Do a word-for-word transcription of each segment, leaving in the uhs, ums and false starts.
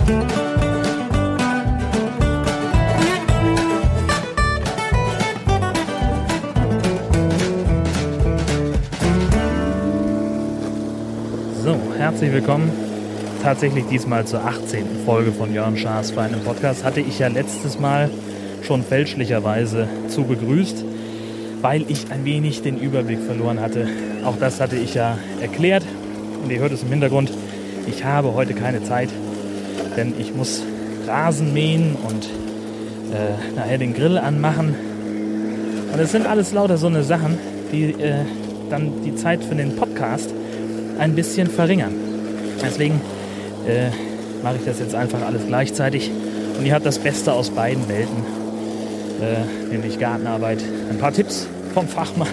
So, herzlich willkommen. Tatsächlich diesmal zur achtzehnten Folge von Jörn Schaas feinem Podcast. Hatte ich ja letztes Mal schon fälschlicherweise zu begrüßt, weil ich ein wenig den Überblick verloren hatte. Auch das hatte ich ja erklärt und ihr hört es im Hintergrund. Ich habe heute keine Zeit, denn ich muss Rasen mähen und äh, nachher den Grill anmachen. Und es sind alles lauter so eine Sachen, die äh, dann die Zeit für den Podcast ein bisschen verringern. Deswegen äh, mache ich das jetzt einfach alles gleichzeitig und ihr habt das Beste aus beiden Welten, äh, nämlich Gartenarbeit. Ein paar Tipps vom Fachmann,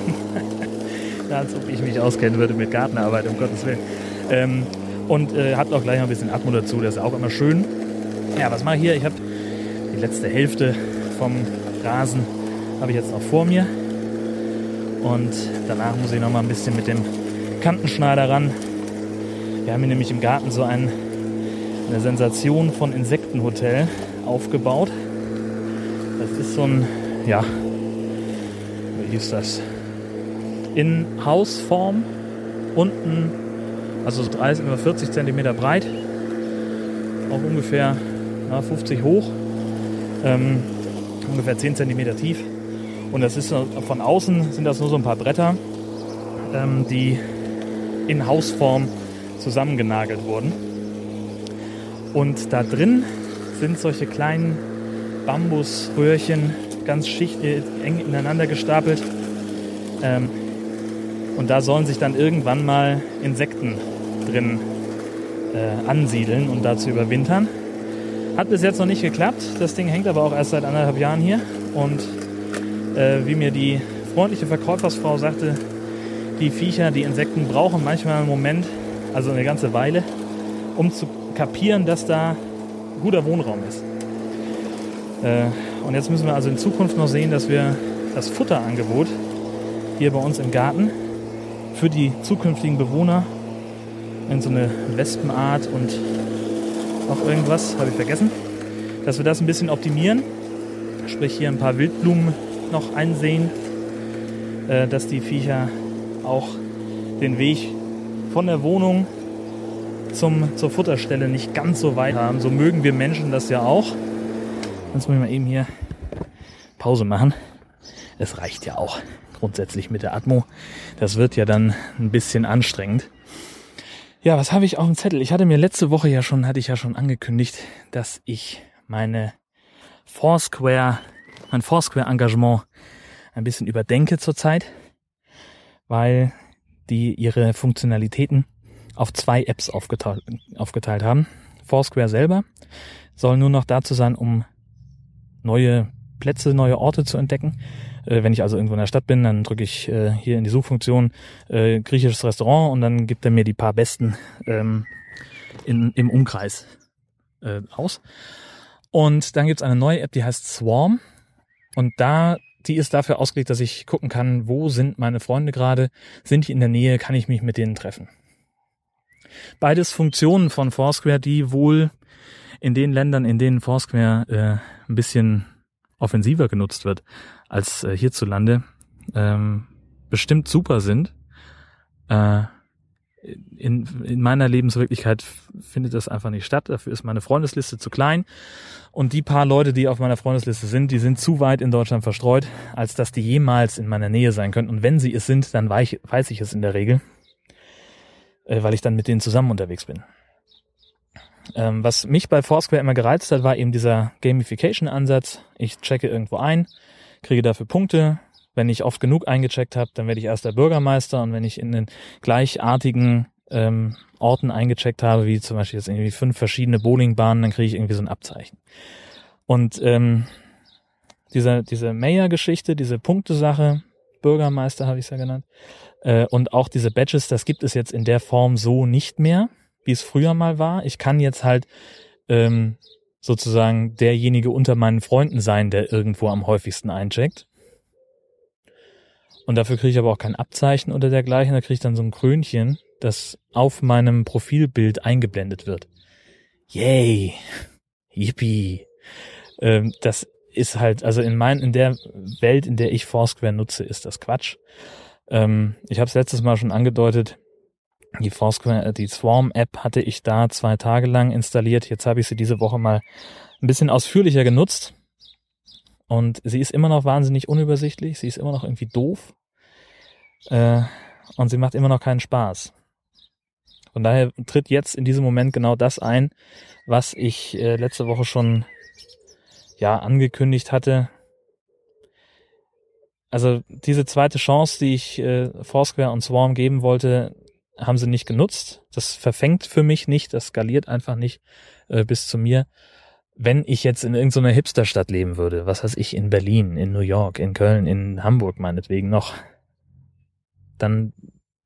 als ob ich mich auskennen würde mit Gartenarbeit, um Gottes Willen. Ähm, und äh, habt auch gleich noch ein bisschen Atmo dazu, das ist auch immer schön. Ja, was mache ich hier? Ich habe die letzte Hälfte vom Rasen habe ich jetzt noch vor mir und danach muss ich noch mal ein bisschen mit dem Kantenschneider ran. Wir haben hier nämlich im Garten so ein, eine Sensation von Insektenhotel aufgebaut. Das ist so ein, ja, wie hieß das? In Hausform, unten, also dreißig oder vierzig Zentimeter breit, auch ungefähr ja, fünfzig hoch, ähm, ungefähr zehn Zentimeter tief. Und das ist von außen sind das nur so ein paar Bretter, ähm, die in Hausform zusammengenagelt wurden. Und da drin sind solche kleinen Bambusröhrchen ganz schicht, äh, eng ineinander gestapelt. Ähm, und da sollen sich dann irgendwann mal Insekten drin äh, ansiedeln und dazu überwintern. Hat bis jetzt noch nicht geklappt. Das Ding hängt aber auch erst seit anderthalb Jahren hier. Und äh, wie mir die freundliche Verkäufersfrau sagte, die Viecher, die Insekten brauchen manchmal einen Moment, also eine ganze Weile, um zu kapieren, dass da guter Wohnraum ist. Äh, und jetzt müssen wir also in Zukunft noch sehen, dass wir das Futterangebot hier bei uns im Garten für die zukünftigen Bewohner in so eine Wespenart und noch irgendwas, habe ich vergessen, dass wir das ein bisschen optimieren, sprich hier ein paar Wildblumen noch einsehen, äh, dass die Viecher auch den Weg von der Wohnung zum, zur Futterstelle nicht ganz so weit haben. So mögen wir Menschen das ja auch. Jetzt muss ich mal eben hier Pause machen. Es reicht ja auch grundsätzlich mit der Atmo. Das wird ja dann ein bisschen anstrengend. Ja, was habe ich auf dem Zettel? Ich hatte mir letzte Woche ja schon, hatte ich ja schon angekündigt, dass ich meine Foursquare, mein Foursquare-Engagement ein bisschen überdenke zurzeit, weil die ihre Funktionalitäten auf zwei Apps aufgeteilt, aufgeteilt haben. Foursquare selber soll nur noch dazu sein, um neue Plätze, neue Orte zu entdecken. Äh, wenn ich also irgendwo in der Stadt bin, dann drücke ich äh, hier in die Suchfunktion äh, griechisches Restaurant und dann gibt er mir die paar besten ähm, in, im Umkreis äh, aus. Und dann gibt es eine neue App, die heißt Swarm. Und da die ist dafür ausgelegt, dass ich gucken kann, wo sind meine Freunde gerade, sind die in der Nähe, kann ich mich mit denen treffen. Beides Funktionen von Foursquare, die wohl in den Ländern, in denen Foursquare äh, ein bisschen offensiver genutzt wird als äh, hierzulande, ähm, bestimmt super sind. Äh, in, in meiner Lebenswirklichkeit findet das einfach nicht statt. Dafür ist meine Freundesliste zu klein. Und die paar Leute, die auf meiner Freundesliste sind, die sind zu weit in Deutschland verstreut, als dass die jemals in meiner Nähe sein könnten. Und wenn sie es sind, dann weiß ich, weiß ich es in der Regel, äh, weil ich dann mit denen zusammen unterwegs bin. Ähm, was mich bei Foursquare immer gereizt hat, war eben dieser Gamification-Ansatz. Ich checke irgendwo ein, kriege dafür Punkte. Wenn ich oft genug eingecheckt habe, dann werde ich erster Bürgermeister. Und wenn ich in den gleichartigen ähm, Orten eingecheckt habe, wie zum Beispiel jetzt irgendwie fünf verschiedene Bowlingbahnen, dann kriege ich irgendwie so ein Abzeichen. Und ähm, diese, diese Mayor-Geschichte, diese Punktesache, Bürgermeister habe ich es ja genannt, äh, und auch diese Badges, das gibt es jetzt in der Form so nicht mehr, wie es früher mal war. Ich kann jetzt halt ähm, sozusagen derjenige unter meinen Freunden sein, der irgendwo am häufigsten eincheckt. Und dafür kriege ich aber auch kein Abzeichen oder dergleichen. Da kriege ich dann so ein Krönchen, das auf meinem Profilbild eingeblendet wird. yay, yippie. Ähm, das ist halt, also in mein, in der Welt, in der ich Foursquare nutze, ist das Quatsch. Ähm, ich habe es letztes Mal schon angedeutet, die Foursquare, die Swarm-App hatte ich da zwei Tage lang installiert. Jetzt habe ich sie diese Woche mal ein bisschen ausführlicher genutzt. Und sie ist immer noch wahnsinnig unübersichtlich. Sie ist immer noch irgendwie doof. Äh, und sie macht immer noch keinen Spaß. Von daher tritt jetzt in diesem Moment genau das ein, was ich äh, letzte Woche schon ja angekündigt hatte. Also diese zweite Chance, die ich äh, Foursquare und Swarm geben wollte, haben sie nicht genutzt. Das verfängt für mich nicht, das skaliert einfach nicht äh, bis zu mir. Wenn ich jetzt in irgendeiner Hipsterstadt leben würde, was weiß ich, in Berlin, in New York, in Köln, in Hamburg meinetwegen noch, dann,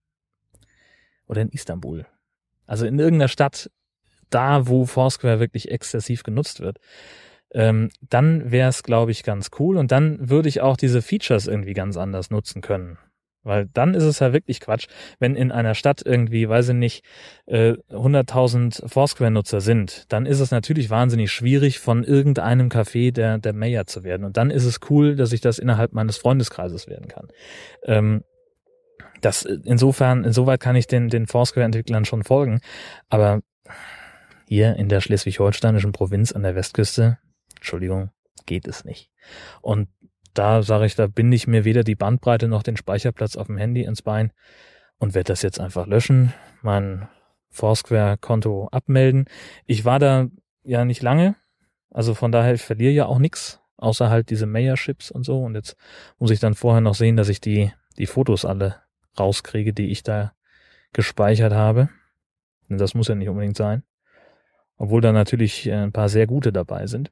oder in Istanbul, also in irgendeiner Stadt, da wo Foursquare wirklich exzessiv genutzt wird, ähm, dann wäre es, glaube ich, ganz cool und dann würde ich auch diese Features irgendwie ganz anders nutzen können. Weil dann ist es ja wirklich Quatsch, wenn in einer Stadt irgendwie, weiß ich nicht, äh, hunderttausend Foursquare-Nutzer sind, dann ist es natürlich wahnsinnig schwierig, von irgendeinem Café der, der Mayor zu werden. Und dann ist es cool, dass ich das innerhalb meines Freundeskreises werden kann. Ähm, das, insofern, insoweit kann ich den, den Foursquare-Entwicklern schon folgen. Aber hier in der schleswig-holsteinischen Provinz an der Westküste, Entschuldigung, geht es nicht. Und da sage ich, da binde ich mir weder die Bandbreite noch den Speicherplatz auf dem Handy ins Bein und werde das jetzt einfach löschen, mein Foursquare-Konto abmelden. Ich war da ja nicht lange, also von daher, ich verliere ja auch nichts, außer halt diese Mayorships und so. Und jetzt muss ich dann vorher noch sehen, dass ich die, die Fotos alle rauskriege, die ich da gespeichert habe. Und das muss ja nicht unbedingt sein. Obwohl da natürlich ein paar sehr gute dabei sind.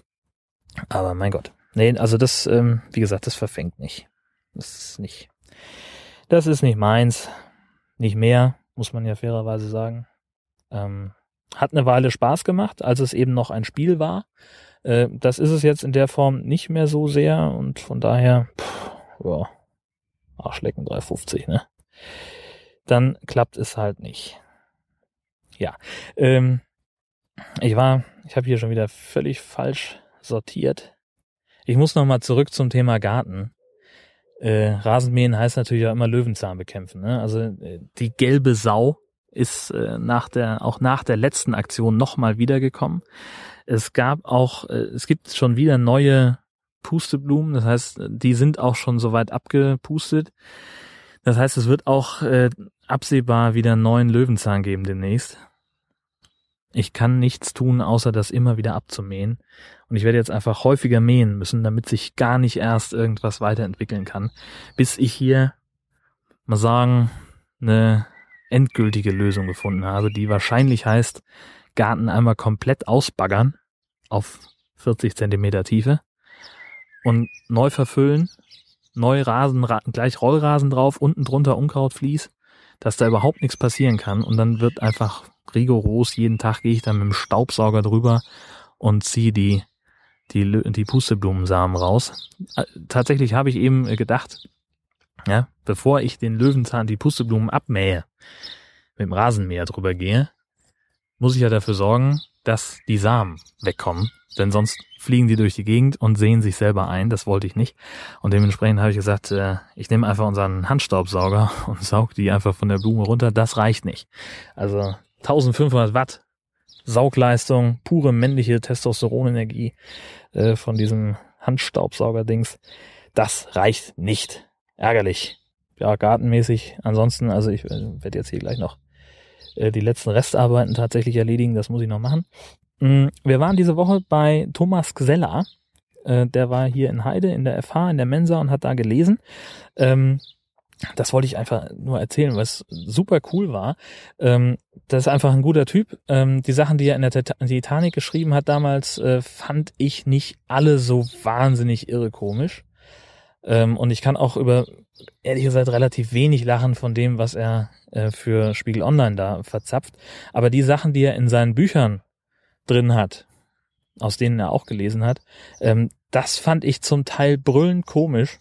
Aber mein Gott. Nee, also das, ähm, wie gesagt, das verfängt nicht. Das ist nicht, das ist nicht meins. Nicht mehr, muss man ja fairerweise sagen. Ähm, hat eine Weile Spaß gemacht, als es eben noch ein Spiel war. Äh, das ist es jetzt in der Form nicht mehr so sehr und von daher, pff, ja, Arschlecken drei fünfzig, ne? Dann klappt es halt nicht. Ja, ähm, ich war, ich habe hier schon wieder völlig falsch sortiert. Ich muss nochmal zurück zum Thema Garten. Äh, Rasenmähen heißt natürlich auch immer Löwenzahn bekämpfen. Ne? Also äh, die gelbe Sau ist äh, nach der auch nach der letzten Aktion nochmal wiedergekommen. Es gab auch, äh, es gibt schon wieder neue Pusteblumen. Das heißt, die sind auch schon soweit abgepustet. Das heißt, es wird auch äh, absehbar wieder einen neuen Löwenzahn geben demnächst. Ich kann nichts tun, außer das immer wieder abzumähen. Und ich werde jetzt einfach häufiger mähen müssen, damit sich gar nicht erst irgendwas weiterentwickeln kann. Bis ich hier, mal sagen, eine endgültige Lösung gefunden habe, die wahrscheinlich heißt, Garten einmal komplett ausbaggern auf vierzig Zentimeter Tiefe und neu verfüllen, neu Rasen, gleich Rollrasen drauf, unten drunter Unkrautflies, dass da überhaupt nichts passieren kann und dann wird einfach rigoros, jeden Tag gehe ich dann mit dem Staubsauger drüber und ziehe die, die, die Pusteblumensamen raus. Tatsächlich habe ich eben gedacht, ja, bevor ich den Löwenzahn, die Pusteblumen abmähe, mit dem Rasenmäher drüber gehe, muss ich ja dafür sorgen, dass die Samen wegkommen. Denn sonst fliegen die durch die Gegend und sehen sich selber ein. Das wollte ich nicht. Und dementsprechend habe ich gesagt, äh, ich nehme einfach unseren Handstaubsauger und saug die einfach von der Blume runter. Das reicht nicht. Also eintausendfünfhundert Watt Saugleistung, pure männliche Testosteronenergie äh, von diesem Handstaubsauger-Dings. Das reicht nicht. Ärgerlich. Ja, gartenmäßig. Ansonsten, also ich äh, werde jetzt hier gleich noch äh, die letzten Restarbeiten tatsächlich erledigen. Das muss ich noch machen. Mhm. Wir waren diese Woche bei Thomas Gseller. Äh, der war hier in Heide in der F H, in der Mensa und hat da gelesen. Ähm, Das wollte ich einfach nur erzählen, weil es super cool war. Ähm, das ist einfach ein guter Typ. Ähm, die Sachen, die er in der Titanic geschrieben hat damals, äh, fand ich nicht alle so wahnsinnig irre komisch. Ähm, und ich kann auch über, ehrlich gesagt, relativ wenig lachen von dem, was er äh, für Spiegel Online da verzapft. Aber die Sachen, die er in seinen Büchern drin hat, aus denen er auch gelesen hat, ähm, das fand ich zum Teil brüllend komisch.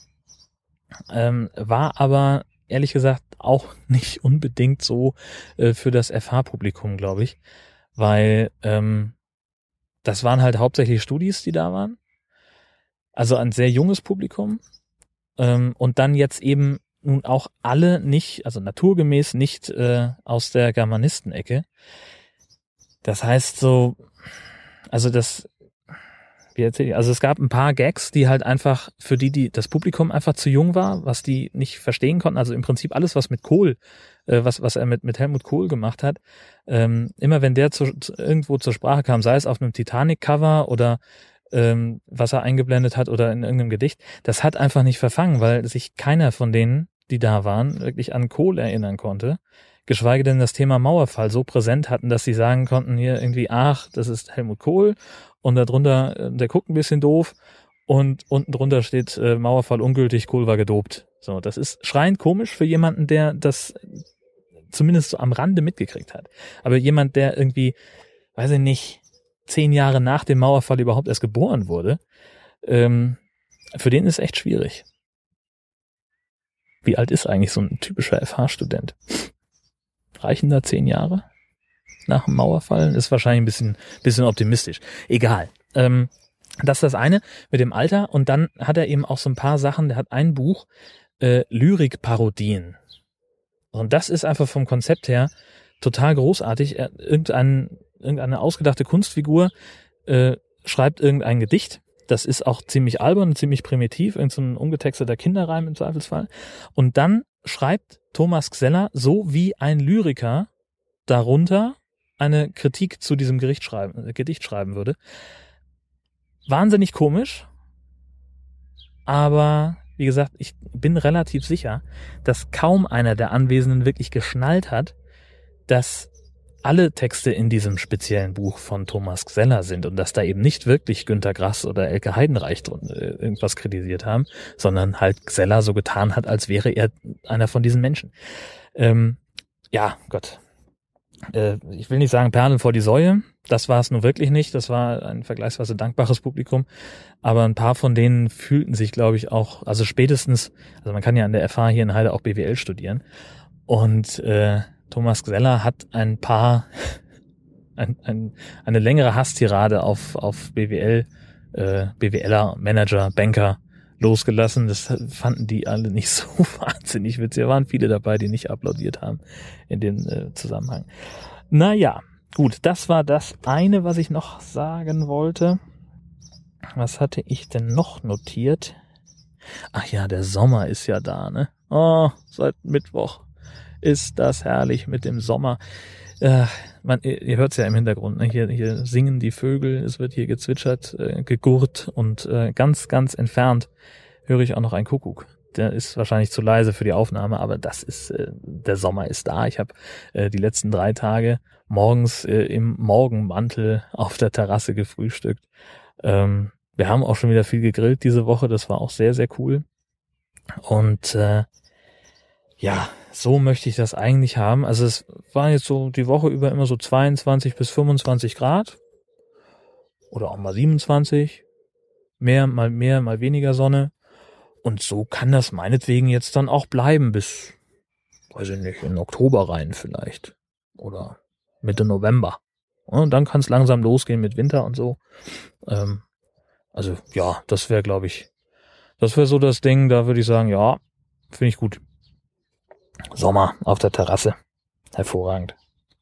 Ähm, war aber ehrlich gesagt auch nicht unbedingt so äh, für das F H-Publikum, glaube ich, weil ähm, das waren halt hauptsächlich Studis, die da waren. Also ein sehr junges Publikum. Ähm, und dann jetzt eben nun auch alle nicht, also naturgemäß nicht äh, aus der Germanistenecke. Das heißt so, also das, wie erzähle ich, also es gab ein paar Gags, die halt einfach, für die, die das Publikum einfach zu jung war, was die nicht verstehen konnten. Also im Prinzip alles, was mit Kohl, äh, was was er mit mit Helmut Kohl gemacht hat, ähm, immer wenn der zu, zu, irgendwo zur Sprache kam, sei es auf einem Titanic-Cover oder ähm, was er eingeblendet hat oder in irgendeinem Gedicht, das hat einfach nicht verfangen, weil sich keiner von denen, die da waren, wirklich an Kohl erinnern konnte. Geschweige denn das Thema Mauerfall so präsent hatten, dass sie sagen konnten, hier irgendwie, ach, das ist Helmut Kohl und darunter, der guckt ein bisschen doof und unten drunter steht äh, Mauerfall ungültig, Kohl war gedopt. So, das ist schreiend komisch für jemanden, der das zumindest so am Rande mitgekriegt hat. Aber jemand, der irgendwie, weiß ich nicht, zehn Jahre nach dem Mauerfall überhaupt erst geboren wurde, ähm, für den ist echt schwierig. Wie alt ist eigentlich so ein typischer F H-Student? Reichen da zehn Jahre nach dem Mauerfall? Ist wahrscheinlich ein bisschen, bisschen optimistisch. Egal. Ähm, das ist das eine mit dem Alter. Und dann hat er eben auch so ein paar Sachen. Der hat ein Buch, äh, Lyrik-Parodien. Und das ist einfach vom Konzept her total großartig. Er, irgendein, irgendeine ausgedachte Kunstfigur äh, schreibt irgendein Gedicht. Das ist auch ziemlich albern, ziemlich primitiv, irgend so ein ungetexteter Kinderreim im Zweifelsfall. Und dann schreibt Thomas Gseller so wie ein Lyriker darunter eine Kritik zu diesem Gedicht schreiben, Gedicht schreiben würde. Wahnsinnig komisch, aber wie gesagt, ich bin relativ sicher, dass kaum einer der Anwesenden wirklich geschnallt hat, dass alle Texte in diesem speziellen Buch von Thomas Gseller sind und dass da eben nicht wirklich Günter Grass oder Elke Heidenreich irgendwas kritisiert haben, sondern halt Gseller so getan hat, als wäre er einer von diesen Menschen. Ähm, ja, Gott. Äh, ich will nicht sagen Perlen vor die Säue, das war es nun wirklich nicht, das war ein vergleichsweise dankbares Publikum, aber ein paar von denen fühlten sich, glaube ich, auch, also spätestens, also man kann ja an der F H hier in Heide auch B W L studieren und äh, Thomas Gseller hat ein paar, ein, ein, eine längere Hasstirade auf, auf B W L, äh, BWLer, Manager, Banker losgelassen. Das fanden die alle nicht so wahnsinnig witzig. Da waren viele dabei, die nicht applaudiert haben in dem äh, Zusammenhang. Naja, gut, das war das eine, was ich noch sagen wollte. Was hatte ich denn noch notiert? Ach ja, der Sommer ist ja da, ne? Oh, seit Mittwoch ist das herrlich mit dem Sommer. Äh, man, ihr ihr hört es ja im Hintergrund, ne? Hier, hier singen die Vögel, es wird hier gezwitschert, äh, gegurrt und äh, ganz, ganz entfernt höre ich auch noch einen Kuckuck. Der ist wahrscheinlich zu leise für die Aufnahme, aber das ist, äh, der Sommer ist da. Ich habe äh, die letzten drei Tage morgens äh, im Morgenmantel auf der Terrasse gefrühstückt. Ähm, wir haben auch schon wieder viel gegrillt diese Woche, das war auch sehr, sehr cool. Und äh, ja, so möchte ich das eigentlich haben. Also es war jetzt so die Woche über immer so zweiundzwanzig bis fünfundzwanzig Grad. Oder auch mal siebenundzwanzig. Mehr, mal mehr, mal weniger Sonne. Und so kann das meinetwegen jetzt dann auch bleiben bis, weiß ich nicht, in Oktober rein vielleicht. Oder Mitte November. Und dann kann es langsam losgehen mit Winter und so. Ähm, also ja, das wäre, glaube ich, das wäre so das Ding, da würde ich sagen, ja, finde ich gut. Sommer auf der Terrasse. Hervorragend.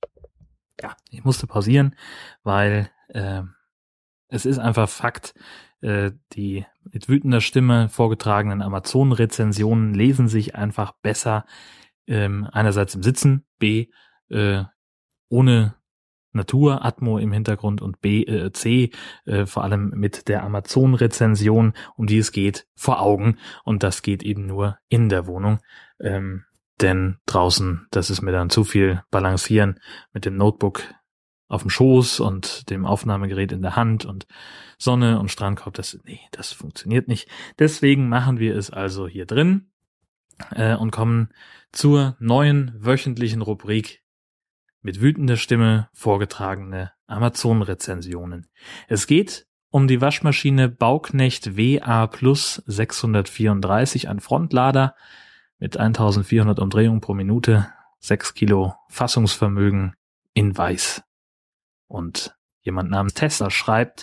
Ja, ich musste pausieren, weil äh, es ist einfach Fakt, äh, die mit wütender Stimme vorgetragenen Amazon-Rezensionen lesen sich einfach besser, ähm, einerseits im Sitzen, b, äh, ohne Natur, Atmo im Hintergrund und b, äh, c, äh, vor allem mit der Amazon-Rezension, um die es geht, vor Augen und das geht eben nur in der Wohnung. Ähm, Denn draußen, das ist mir dann zu viel Balancieren mit dem Notebook auf dem Schoß und dem Aufnahmegerät in der Hand und Sonne und Strandkorb. Das, nee, das funktioniert nicht. Deswegen machen wir es also hier drin äh, und kommen zur neuen wöchentlichen Rubrik mit wütender Stimme vorgetragene Amazon-Rezensionen. Es geht um die Waschmaschine Bauknecht W A Plus sechshundertvierunddreißig, ein Frontlader mit eintausendvierhundert Umdrehungen pro Minute, sechs Kilo Fassungsvermögen in weiß. Und jemand namens Tessa schreibt: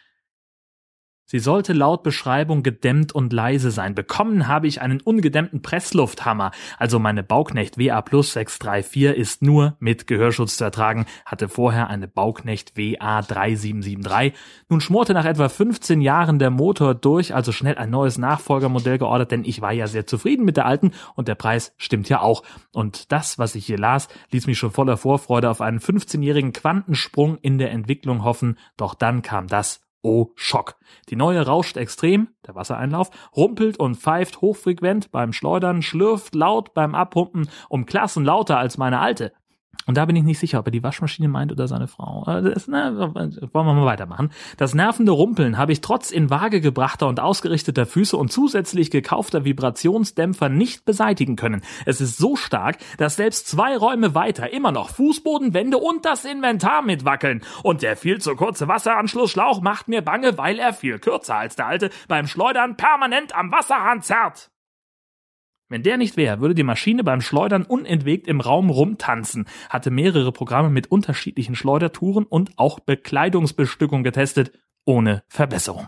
Sie sollte laut Beschreibung gedämmt und leise sein. Bekommen habe ich einen ungedämmten Presslufthammer. Also meine Bauknecht W A Plus sechs drei vier ist nur mit Gehörschutz zu ertragen, hatte vorher eine Bauknecht W A drei sieben sieben drei. Nun schmorte nach etwa fünfzehn Jahren der Motor durch, also schnell ein neues Nachfolgermodell geordert, denn ich war ja sehr zufrieden mit der alten und der Preis stimmt ja auch. Und das, was ich hier las, ließ mich schon voller Vorfreude auf einen fünfzehnjährigen Quantensprung in der Entwicklung hoffen. Doch dann kam das. Oh, Schock. Die neue rauscht extrem, der Wassereinlauf, rumpelt und pfeift hochfrequent beim Schleudern, schlürft laut beim Abpumpen um Klassen lauter als meine alte. Und da bin ich nicht sicher, ob er die Waschmaschine meint oder seine Frau. Das, na, wollen wir mal weitermachen. Das nervende Rumpeln habe ich trotz in Waage gebrachter und ausgerichteter Füße und zusätzlich gekaufter Vibrationsdämpfer nicht beseitigen können. Es ist so stark, dass selbst zwei Räume weiter immer noch Fußboden, Wände und das Inventar mitwackeln. Und der viel zu kurze Wasseranschlussschlauch macht mir bange, weil er viel kürzer als der alte beim Schleudern permanent am Wasserhahn zerrt. Wenn der nicht wäre, würde die Maschine beim Schleudern unentwegt im Raum rumtanzen, hatte mehrere Programme mit unterschiedlichen Schleudertouren und auch Bekleidungsbestückung getestet, ohne Verbesserung.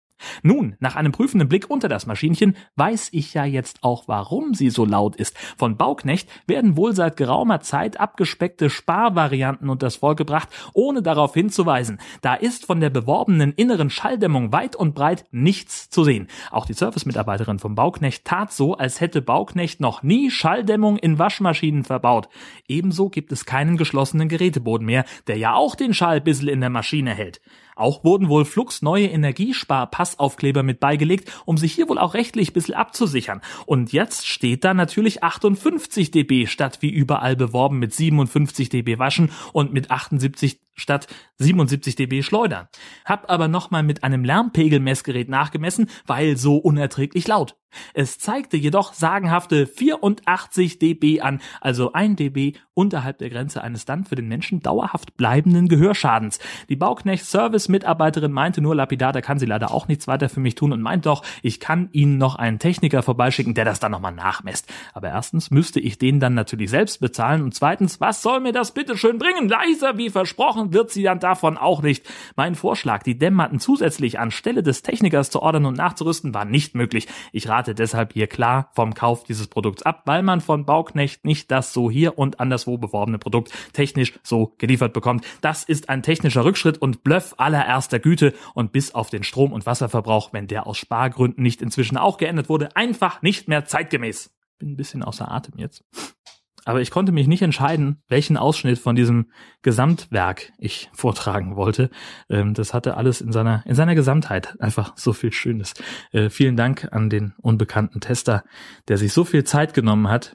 Nun, nach einem prüfenden Blick unter das Maschinchen, weiß ich ja jetzt auch, warum sie so laut ist. Von Bauknecht werden wohl seit geraumer Zeit abgespeckte Sparvarianten unters Volk gebracht, ohne darauf hinzuweisen. Da ist von der beworbenen inneren Schalldämmung weit und breit nichts zu sehen. Auch die Servicemitarbeiterin vom Bauknecht tat so, als hätte Bauknecht noch nie Schalldämmung in Waschmaschinen verbaut. Ebenso gibt es keinen geschlossenen Geräteboden mehr, der ja auch den Schall bissel in der Maschine hält. Auch wurden wohl flugs neue Energiespar-Passaufkleber mit beigelegt, um sich hier wohl auch rechtlich ein bisschen abzusichern. Und jetzt steht da natürlich achtundfünfzig Dezibel statt wie überall beworben mit siebenundfünfzig Dezibel waschen und mit achtundsiebzig statt siebenundsiebzig Dezibel schleudern. Hab aber nochmal mit einem Lärmpegelmessgerät nachgemessen, weil so unerträglich laut. Es zeigte jedoch sagenhafte vierundachtzig Dezibel an, also ein Dezibel unterhalb der Grenze eines dann für den Menschen dauerhaft bleibenden Gehörschadens. Die Bauknecht-Service-Mitarbeiterin meinte nur lapidar, da kann sie leider auch nichts weiter für mich tun und meint doch, ich kann Ihnen noch einen Techniker vorbeischicken, der das dann nochmal nachmisst. Aber erstens müsste ich den dann natürlich selbst bezahlen und zweitens, was soll mir das bitte schön bringen? Leiser wie versprochen wird sie dann davon auch nicht. Mein Vorschlag, die Dämmmatten zusätzlich anstelle des Technikers zu ordern und nachzurüsten, war nicht möglich. Ich rate deshalb hier klar vom Kauf dieses Produkts ab, weil man von Bauknecht nicht das so hier und anderswo beworbene Produkt technisch so geliefert bekommt. Das ist ein technischer Rückschritt und Bluff allererster Güte und bis auf den Strom- und Wasserverbrauch, wenn der aus Spargründen nicht inzwischen auch geändert wurde, einfach nicht mehr zeitgemäß. Bin ein bisschen außer Atem jetzt. Aber ich konnte mich nicht entscheiden, welchen Ausschnitt von diesem Gesamtwerk ich vortragen wollte. Das hatte alles in seiner in seiner Gesamtheit einfach so viel Schönes. Vielen Dank an den unbekannten Tester, der sich so viel Zeit genommen hat,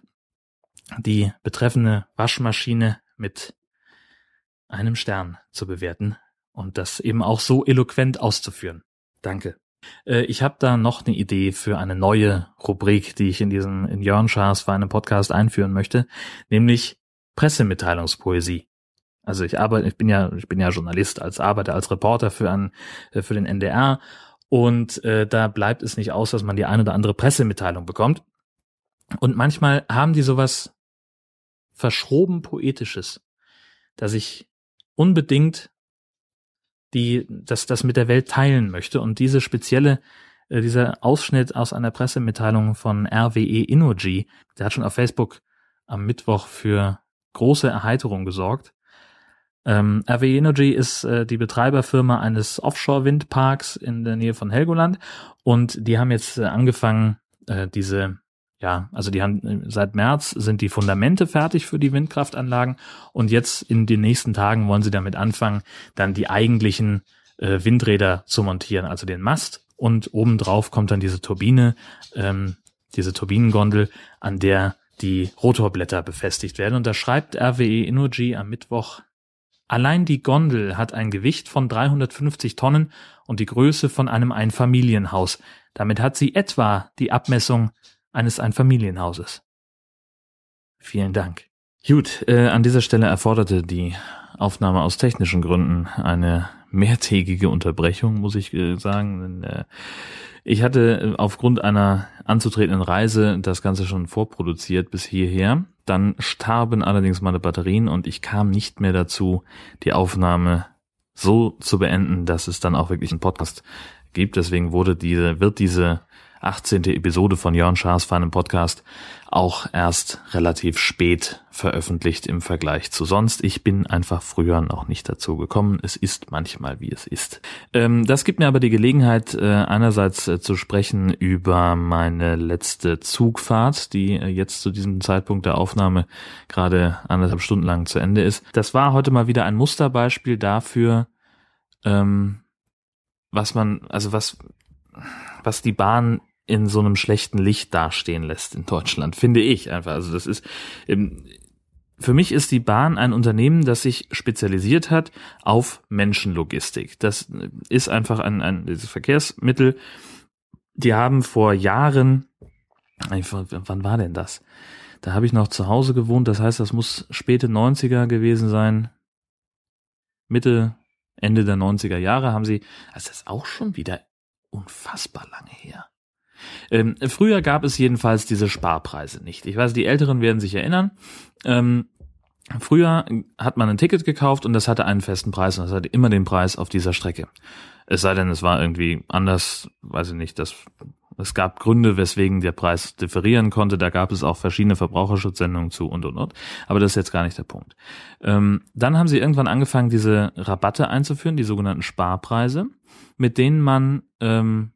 die betreffende Waschmaschine mit einem Stern zu bewerten und das eben auch so eloquent auszuführen. Danke. Ich habe da noch eine Idee für eine neue Rubrik, die ich in diesem in Jörn Schaas für einen Podcast einführen möchte, nämlich Pressemitteilungspoesie. Also ich arbeite, ich bin ja, ich bin ja Journalist, als arbeite als Reporter für einen, für den N D R und äh, da bleibt es nicht aus, dass man die ein oder andere Pressemitteilung bekommt. Und manchmal haben die sowas verschroben Poetisches, dass ich unbedingt die das das mit der Welt teilen möchte. Und diese spezielle, äh, dieser Ausschnitt aus einer Pressemitteilung von R W E Innogy, der hat schon auf Facebook am Mittwoch für große Erheiterung gesorgt. Ähm, R W E Innogy ist äh, die Betreiberfirma eines Offshore-Windparks in der Nähe von Helgoland und die haben jetzt äh, angefangen, äh, diese Ja, also die haben seit März sind die Fundamente fertig für die Windkraftanlagen und jetzt in den nächsten Tagen wollen sie damit anfangen, dann die eigentlichen äh, Windräder zu montieren, also den Mast und obendrauf kommt dann diese Turbine, ähm, diese Turbinengondel, an der die Rotorblätter befestigt werden und da schreibt R W E Innogy am Mittwoch: Allein die Gondel hat ein Gewicht von dreihundertfünfzig Tonnen und die Größe von einem Einfamilienhaus. Damit hat sie etwa die Abmessung eines Einfamilienhauses. Vielen Dank. Gut, äh, an dieser Stelle erforderte die Aufnahme aus technischen Gründen eine mehrtägige Unterbrechung, muss ich äh, sagen. Denn, äh, ich hatte aufgrund einer anzutretenden Reise das Ganze schon vorproduziert bis hierher. Dann starben allerdings meine Batterien und ich kam nicht mehr dazu, die Aufnahme so zu beenden, dass es dann auch wirklich einen Podcast gibt. Deswegen wurde diese, wird diese achtzehnte Episode von Jörn Schaas feinem Podcast auch erst relativ spät veröffentlicht im Vergleich zu sonst. Ich bin einfach früher noch nicht dazu gekommen. Es ist manchmal, wie es ist. Ähm, das gibt mir aber die Gelegenheit, äh, einerseits äh, zu sprechen über meine letzte Zugfahrt, die äh, jetzt zu diesem Zeitpunkt der Aufnahme gerade anderthalb Stunden lang zu Ende ist. Das war heute mal wieder ein Musterbeispiel dafür, ähm, was man, also was, was die Bahn in so einem schlechten Licht dastehen lässt in Deutschland, finde ich einfach. Also das ist, für mich ist die Bahn ein Unternehmen, das sich spezialisiert hat auf Menschenlogistik. Das ist einfach ein, ein dieses Verkehrsmittel. Die haben vor Jahren, wann war denn das? Da habe ich noch zu Hause gewohnt, das heißt, das muss späte neunziger gewesen sein, Mitte, Ende der neunziger Jahre haben sie, also das ist auch schon wieder unfassbar lange her. Ähm, früher gab es jedenfalls diese Sparpreise nicht. Ich weiß, die Älteren werden sich erinnern. Ähm, früher hat man ein Ticket gekauft und das hatte einen festen Preis und das hatte immer den Preis auf dieser Strecke. Es sei denn, es war irgendwie anders, weiß ich nicht, das, es gab Gründe, weswegen der Preis differieren konnte. Da gab es auch verschiedene Verbraucherschutzsendungen zu und und und. Aber das ist jetzt gar nicht der Punkt. Ähm, dann haben sie irgendwann angefangen, diese Rabatte einzuführen, die sogenannten Sparpreise, mit denen man ähm,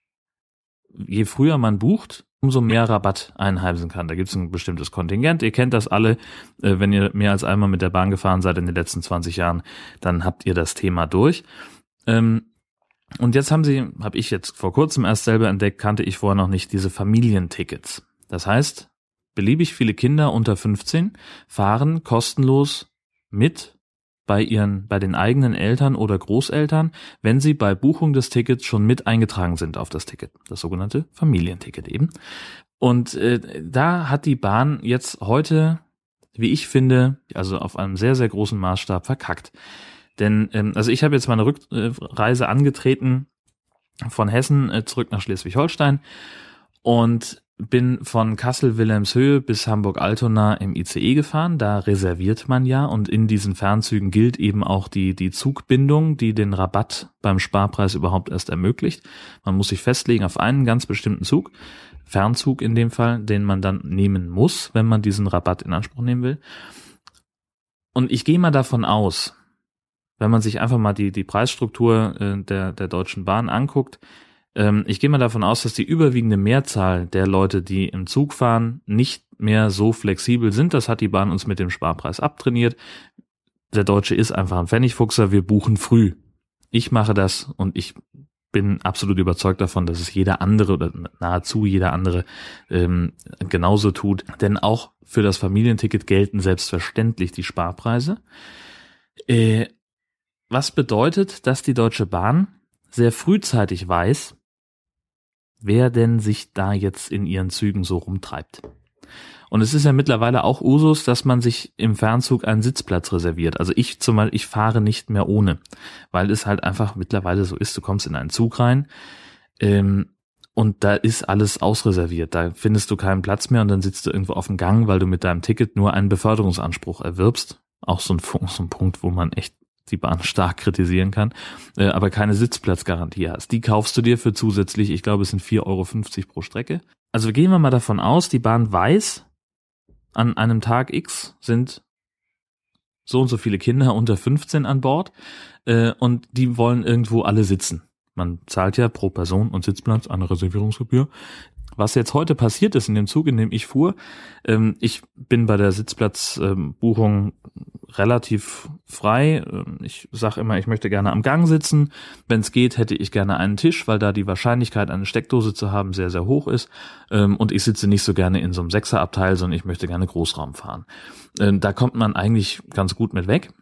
je früher man bucht, umso mehr Rabatt einheimsen kann. Da gibt es ein bestimmtes Kontingent. Ihr kennt das alle. Äh, wenn ihr mehr als einmal mit der Bahn gefahren seid in den letzten zwanzig Jahren, dann habt ihr das Thema durch. Ähm, und jetzt haben sie, habe ich jetzt vor kurzem erst selber entdeckt, kannte ich vorher noch nicht, diese Familientickets. Das heißt, beliebig viele Kinder unter fünfzehn fahren kostenlos mit bei ihren, bei den eigenen Eltern oder Großeltern, wenn sie bei Buchung des Tickets schon mit eingetragen sind auf das Ticket, das sogenannte Familienticket eben. Und äh, da hat die Bahn jetzt heute, wie ich finde, also auf einem sehr, sehr großen Maßstab verkackt. Denn, ähm, also ich habe jetzt meine Rückreise angetreten von Hessen äh, zurück nach Schleswig-Holstein und bin von Kassel-Wilhelmshöhe bis Hamburg-Altona im I C E gefahren. Da reserviert man ja und in diesen Fernzügen gilt eben auch die die Zugbindung, die den Rabatt beim Sparpreis überhaupt erst ermöglicht. Man muss sich festlegen auf einen ganz bestimmten Zug, Fernzug in dem Fall, den man dann nehmen muss, wenn man diesen Rabatt in Anspruch nehmen will. Und ich gehe mal davon aus, wenn man sich einfach mal die die Preisstruktur äh, der der Deutschen Bahn anguckt, ich gehe mal davon aus, dass die überwiegende Mehrzahl der Leute, die im Zug fahren, nicht mehr so flexibel sind. Das hat die Bahn uns mit dem Sparpreis abtrainiert. Der Deutsche ist einfach ein Pfennigfuchser, wir buchen früh. Ich mache das und ich bin absolut überzeugt davon, dass es jeder andere oder nahezu jeder andere ähm, genauso tut. Denn auch für das Familienticket gelten selbstverständlich die Sparpreise. Äh, was bedeutet, dass die Deutsche Bahn sehr frühzeitig weiß, wer denn sich da jetzt in ihren Zügen so rumtreibt. Und es ist ja mittlerweile auch Usus, dass man sich im Fernzug einen Sitzplatz reserviert. Also ich zum Beispiel, ich fahre nicht mehr ohne, weil es halt einfach mittlerweile so ist, du kommst in einen Zug rein ähm, und da ist alles ausreserviert. Da findest du keinen Platz mehr und dann sitzt du irgendwo auf dem Gang, weil du mit deinem Ticket nur einen Beförderungsanspruch erwirbst. Auch so ein, so ein Punkt, wo man echt die Bahn stark kritisieren kann, äh, aber keine Sitzplatzgarantie hast. Die kaufst du dir für zusätzlich, ich glaube, es sind vier Euro fünfzig pro Strecke. Also gehen wir mal davon aus, die Bahn weiß, an einem Tag X sind so und so viele Kinder unter fünfzehn an Bord äh, und die wollen irgendwo alle sitzen. Man zahlt ja pro Person und Sitzplatz eine Reservierungsgebühr. Was jetzt heute passiert ist in dem Zug, in dem ich fuhr, ähm, ich bin bei der Sitzplatzbuchung ähm, relativ frei. Ähm, ich sage immer, ich möchte gerne am Gang sitzen. Wenn es geht, hätte ich gerne einen Tisch, weil da die Wahrscheinlichkeit, eine Steckdose zu haben, sehr, sehr hoch ist. Ähm, und ich sitze nicht so gerne in so einem Sechserabteil, sondern ich möchte gerne Großraum fahren. Ähm, da kommt man eigentlich ganz gut mit weg.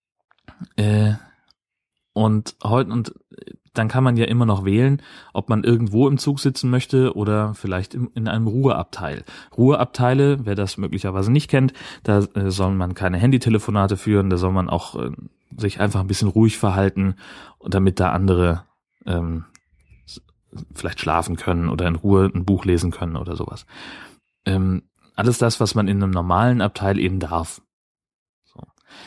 Äh, und heute und dann kann man ja immer noch wählen, ob man irgendwo im Zug sitzen möchte oder vielleicht im, in einem Ruheabteil. Ruheabteile, wer das möglicherweise nicht kennt, da äh, soll man keine Handytelefonate führen, da soll man auch äh, sich einfach ein bisschen ruhig verhalten, damit da andere ähm, vielleicht schlafen können oder in Ruhe ein Buch lesen können oder sowas. Ähm, alles das, was man in einem normalen Abteil eben darf. So.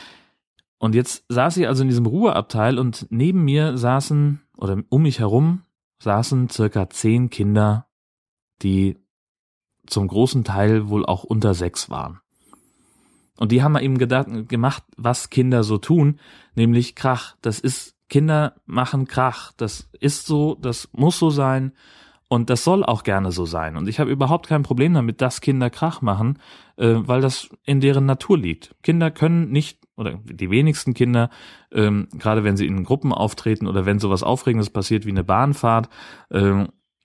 Und jetzt saß ich also in diesem Ruheabteil und neben mir saßen, oder um mich herum, saßen circa zehn Kinder, die zum großen Teil wohl auch unter sechs waren. Und die haben eben gedacht, gemacht, was Kinder so tun, nämlich Krach. Das ist, Kinder machen Krach. Das ist so, das muss so sein und das soll auch gerne so sein. Und ich habe überhaupt kein Problem damit, dass Kinder Krach machen, äh, weil das in deren Natur liegt. Kinder können nicht, oder die wenigsten Kinder, ähm, gerade wenn sie in Gruppen auftreten oder wenn sowas Aufregendes passiert wie eine Bahnfahrt, äh,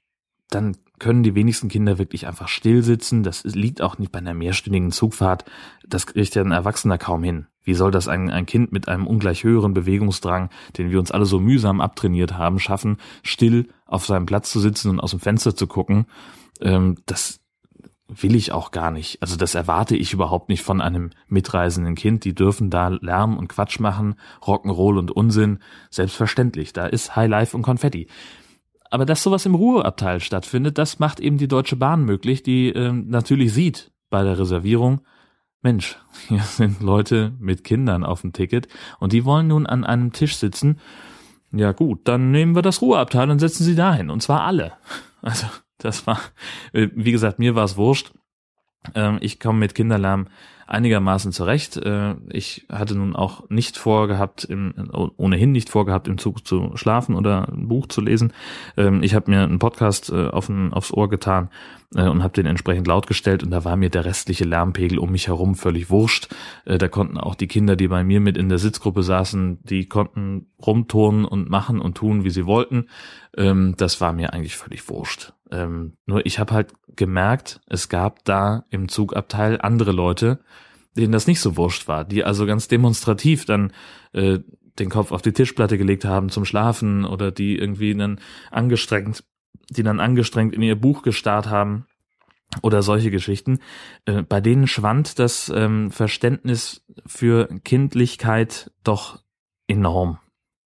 dann können die wenigsten Kinder wirklich einfach still sitzen. Das liegt auch nicht bei einer mehrstündigen Zugfahrt. Das kriegt ja ein Erwachsener kaum hin. Wie soll das ein, ein Kind mit einem ungleich höheren Bewegungsdrang, den wir uns alle so mühsam abtrainiert haben, schaffen, still auf seinem Platz zu sitzen und aus dem Fenster zu gucken? Ähm, das will ich auch gar nicht. Also das erwarte ich überhaupt nicht von einem mitreisenden Kind. Die dürfen da Lärm und Quatsch machen, Rock'n'Roll und Unsinn. Selbstverständlich. Da ist Highlife und Konfetti. Aber dass sowas im Ruheabteil stattfindet, das macht eben die Deutsche Bahn möglich, die ähm, natürlich sieht bei der Reservierung, Mensch, hier sind Leute mit Kindern auf dem Ticket und die wollen nun an einem Tisch sitzen. Ja gut, dann nehmen wir das Ruheabteil und setzen sie dahin. Und zwar alle. Also das war, wie gesagt, mir war es wurscht. Ähm, ich komme mit Kinderlärm einigermaßen zurecht. Äh, ich hatte nun auch nicht vorgehabt, im, ohnehin nicht vorgehabt, im Zug zu schlafen oder ein Buch zu lesen. Ähm, ich habe mir einen Podcast äh, auf ein, aufs Ohr getan äh, und habe den entsprechend laut gestellt und da war mir der restliche Lärmpegel um mich herum völlig wurscht. Äh, da konnten auch die Kinder, die bei mir mit in der Sitzgruppe saßen, die konnten rumturnen und machen und tun, wie sie wollten. Ähm, das war mir eigentlich völlig wurscht. Ähm, nur ich habe halt gemerkt, es gab da im Zugabteil andere Leute, denen das nicht so wurscht war, die also ganz demonstrativ dann äh, den Kopf auf die Tischplatte gelegt haben zum Schlafen oder die irgendwie dann angestrengt, die dann angestrengt in ihr Buch gestarrt haben oder solche Geschichten. Äh, bei denen schwand das ähm, Verständnis für Kindlichkeit doch enorm.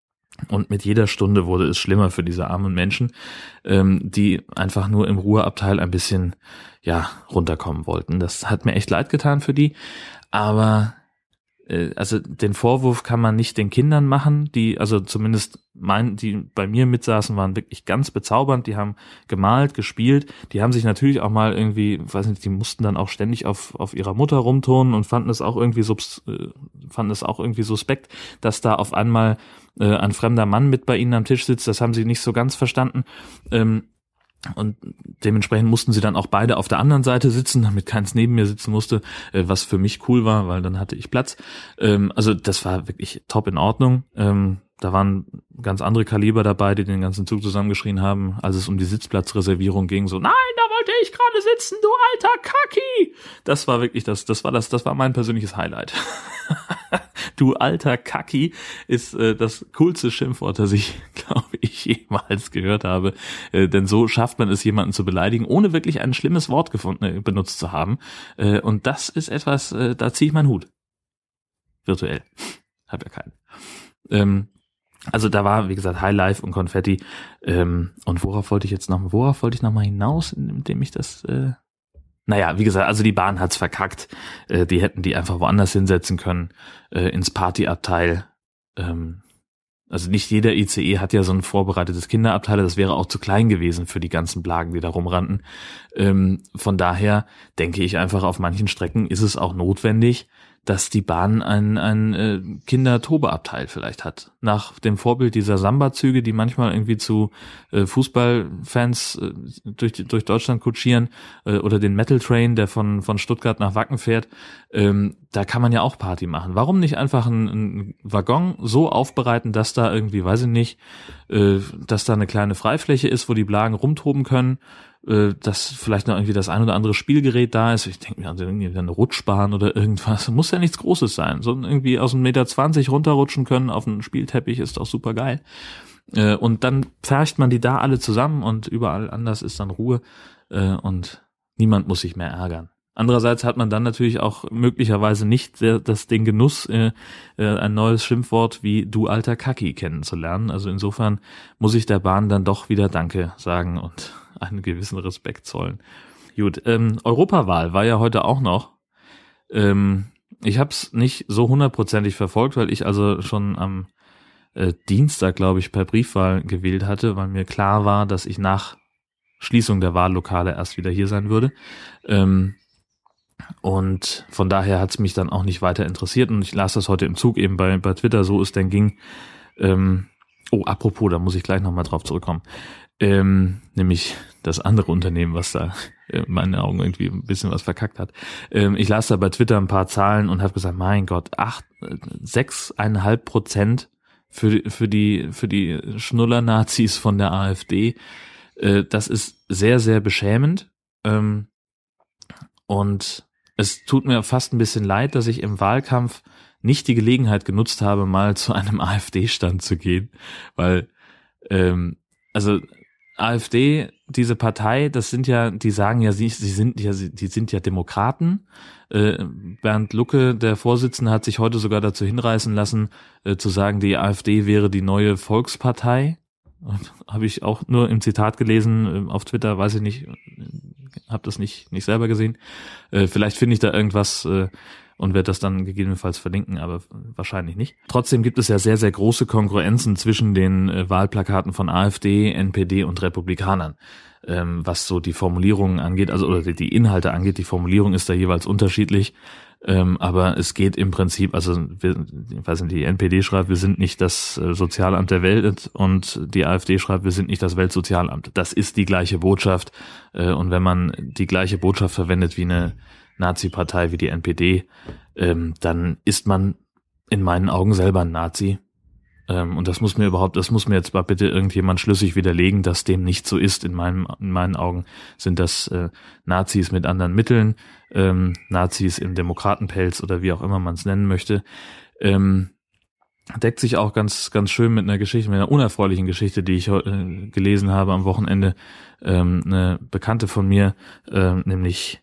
Und mit jeder Stunde wurde es schlimmer für diese armen Menschen, ähm, die einfach nur im Ruheabteil ein bisschen, ja, runterkommen wollten. Das hat mir echt leid getan für die, aber äh, also den Vorwurf kann man nicht den Kindern machen, die, also zumindest mein, die bei mir mitsaßen, waren wirklich ganz bezaubernd, die haben gemalt, gespielt, die haben sich natürlich auch mal irgendwie, weiß nicht, die mussten dann auch ständig auf auf ihrer Mutter rumturnen und fanden es auch irgendwie subs, äh, fanden es auch irgendwie suspekt, dass da auf einmal äh, ein fremder Mann mit bei ihnen am Tisch sitzt. Das haben sie nicht so ganz verstanden. Ähm, Und dementsprechend mussten sie dann auch beide auf der anderen Seite sitzen, damit keins neben mir sitzen musste, was für mich cool war, weil dann hatte ich Platz. Also das war wirklich top in Ordnung. Da waren ganz andere Kaliber dabei, die den ganzen Zug zusammengeschrien haben, als es um die Sitzplatzreservierung ging. So, nein, da wollte ich gerade sitzen, du alter Kacki! Das war wirklich das, das war das, das war mein persönliches Highlight. Du alter Kacki ist äh, das coolste Schimpfwort, das ich, glaube ich, jemals gehört habe. Äh, denn so schafft man es, jemanden zu beleidigen, ohne wirklich ein schlimmes Wort gefunden, äh, benutzt zu haben. Äh, und das ist etwas, äh, da ziehe ich meinen Hut. Virtuell. Hab ja keinen. Ähm, also da war, wie gesagt, Highlife und Konfetti. Ähm, und worauf wollte ich jetzt noch, worauf wollte ich noch mal hinaus, indem ich das... Äh Naja, wie gesagt, also die Bahn hat's verkackt. Äh, die hätten die einfach woanders hinsetzen können, äh, ins Partyabteil. Ähm, also nicht jeder I C E hat ja so ein vorbereitetes Kinderabteil. Das wäre auch zu klein gewesen für die ganzen Blagen, die da rumrannten. Ähm, von daher denke ich einfach, auf manchen Strecken ist es auch notwendig, dass die Bahn ein, ein äh, Kindertobeabteil vielleicht hat. Nach dem Vorbild dieser Samba-Züge, die manchmal irgendwie zu äh, Fußballfans äh, durch, durch Deutschland kutschieren, äh, oder den Metal Train, der von, von Stuttgart nach Wacken fährt, ähm, da kann man ja auch Party machen. Warum nicht einfach einen, einen Waggon so aufbereiten, dass da irgendwie, weiß ich nicht, äh, dass da eine kleine Freifläche ist, wo die Blagen rumtoben können, dass vielleicht noch irgendwie das ein oder andere Spielgerät da ist. Ich denke mir an irgendwie eine Rutschbahn oder irgendwas. Muss ja nichts Großes sein. So irgendwie aus einem Meter zwanzig runterrutschen können auf einen Spielteppich ist doch super geil. Und dann pfercht man die da alle zusammen und überall anders ist dann Ruhe und niemand muss sich mehr ärgern. Andererseits hat man dann natürlich auch möglicherweise nicht das, den Genuss, äh, ein neues Schimpfwort wie du alter Kacki kennenzulernen. Also insofern muss ich der Bahn dann doch wieder Danke sagen und einen gewissen Respekt zollen. Gut, ähm, Europawahl war ja heute auch noch. Ähm, ich habe es nicht so hundertprozentig verfolgt, weil ich also schon am äh, Dienstag, glaube ich, per Briefwahl gewählt hatte, weil mir klar war, dass ich nach Schließung der Wahllokale erst wieder hier sein würde. Ähm, und von daher hat es mich dann auch nicht weiter interessiert und ich las das heute im Zug eben bei, bei Twitter, so es denn ging. Ähm, oh, apropos, da muss ich gleich nochmal drauf zurückkommen. Ähm, nämlich das andere Unternehmen, was da in meinen Augen irgendwie ein bisschen was verkackt hat. Ähm, ich las da bei Twitter ein paar Zahlen und habe gesagt, mein Gott, acht, sechseinhalb Prozent für, für die, für die Schnuller-Nazis von der AfD. Äh, das ist sehr, sehr beschämend. Ähm, und es tut mir fast ein bisschen leid, dass ich im Wahlkampf nicht die Gelegenheit genutzt habe, mal zu einem AfD-Stand zu gehen, weil, ähm, also AfD, diese Partei, das sind ja, die sagen ja, sie, sie sind ja, die sind ja Demokraten. Äh, Bernd Lucke, der Vorsitzende, hat sich heute sogar dazu hinreißen lassen, äh, zu sagen, die AfD wäre die neue Volkspartei. Habe ich auch nur im Zitat gelesen, auf Twitter, weiß ich nicht, habe das nicht nicht selber gesehen. Äh, vielleicht finde ich da irgendwas äh, und werde das dann gegebenenfalls verlinken, aber wahrscheinlich nicht. Trotzdem gibt es ja sehr, sehr große Kongruenzen zwischen den äh, Wahlplakaten von AfD, N P D und Republikanern, ähm, was so die Formulierungen angeht, also oder die Inhalte angeht. Die Formulierung ist da jeweils unterschiedlich. Ähm, aber es geht im Prinzip, also wir, ich weiß nicht, die N P D schreibt, wir sind nicht das äh, Sozialamt der Welt und die AfD schreibt, wir sind nicht das Weltsozialamt. Das ist die gleiche Botschaft äh, und wenn man die gleiche Botschaft verwendet wie eine Nazi-Partei, wie die N P D, ähm, dann ist man in meinen Augen selber ein Nazi. Ähm, und das muss mir überhaupt, das muss mir jetzt mal bitte irgendjemand schlüssig widerlegen, dass dem nicht so ist. In meinen, in meinen Augen sind das äh, Nazis mit anderen Mitteln, ähm, Nazis im Demokratenpelz oder wie auch immer man es nennen möchte. Ähm, deckt sich auch ganz, ganz schön mit einer Geschichte, mit einer unerfreulichen Geschichte, die ich äh, gelesen habe am Wochenende. Ähm, eine Bekannte von mir, äh, nämlich